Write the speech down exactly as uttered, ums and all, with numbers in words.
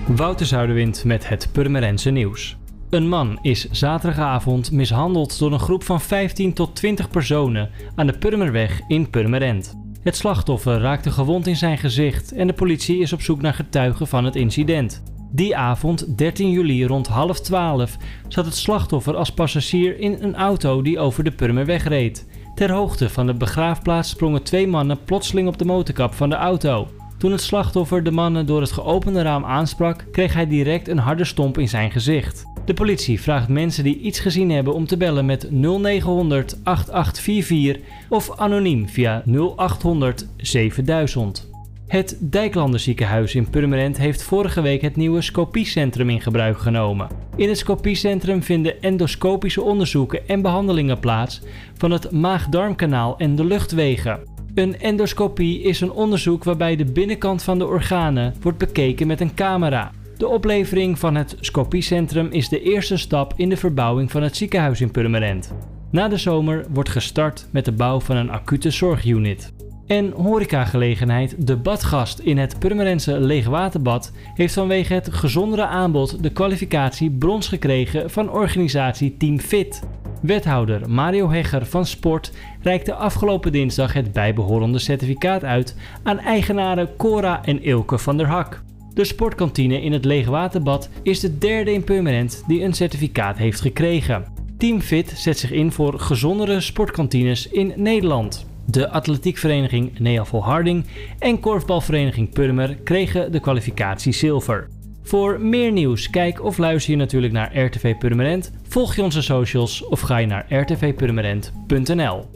Wouter Zuiderwind met het Purmerense nieuws. Een man is zaterdagavond mishandeld door een groep van vijftien tot twintig personen aan de Purmerweg in Purmerend. Het slachtoffer raakte gewond in zijn gezicht en de politie is op zoek naar getuigen van het incident. Die avond, dertien juli rond half twaalf, zat het slachtoffer als passagier in een auto die over de Purmerweg reed. Ter hoogte van de begraafplaats sprongen twee mannen plotseling op de motorkap van de auto. Toen het slachtoffer de mannen door het geopende raam aansprak, kreeg hij direct een harde stomp in zijn gezicht. De politie vraagt mensen die iets gezien hebben om te bellen met nul negen honderd acht acht vier vier of anoniem via nul acht honderd zevenduizend. Het Dijklanderziekenhuis in Purmerend heeft vorige week het nieuwe Scopiecentrum in gebruik genomen. In het Scopiecentrum vinden endoscopische onderzoeken en behandelingen plaats van het maag-darmkanaal en de luchtwegen. Een endoscopie is een onderzoek waarbij de binnenkant van de organen wordt bekeken met een camera. De oplevering van het Scopiecentrum is de eerste stap in de verbouwing van het ziekenhuis in Purmerend. Na de zomer wordt gestart met de bouw van een acute zorgunit. En horecagelegenheid De Badgast in het Purmerendse Leegwaterbad heeft vanwege het gezondere aanbod de kwalificatie brons gekregen van organisatie Team Fit. Wethouder Mario Hegger van Sport reikte afgelopen dinsdag het bijbehorende certificaat uit aan eigenaren Cora en Ilke van der Hak. De sportkantine in het Leegwaterbad is de derde in Purmerend die een certificaat heeft gekregen. Team Fit zet zich in voor gezondere sportkantines in Nederland. De atletiekvereniging Nea Volharding en korfbalvereniging Purmer kregen de kwalificatie zilver. Voor meer nieuws, kijk of luister je natuurlijk naar R T V Purmerend, volg je onze socials of ga je naar r t v purmerend punt n l.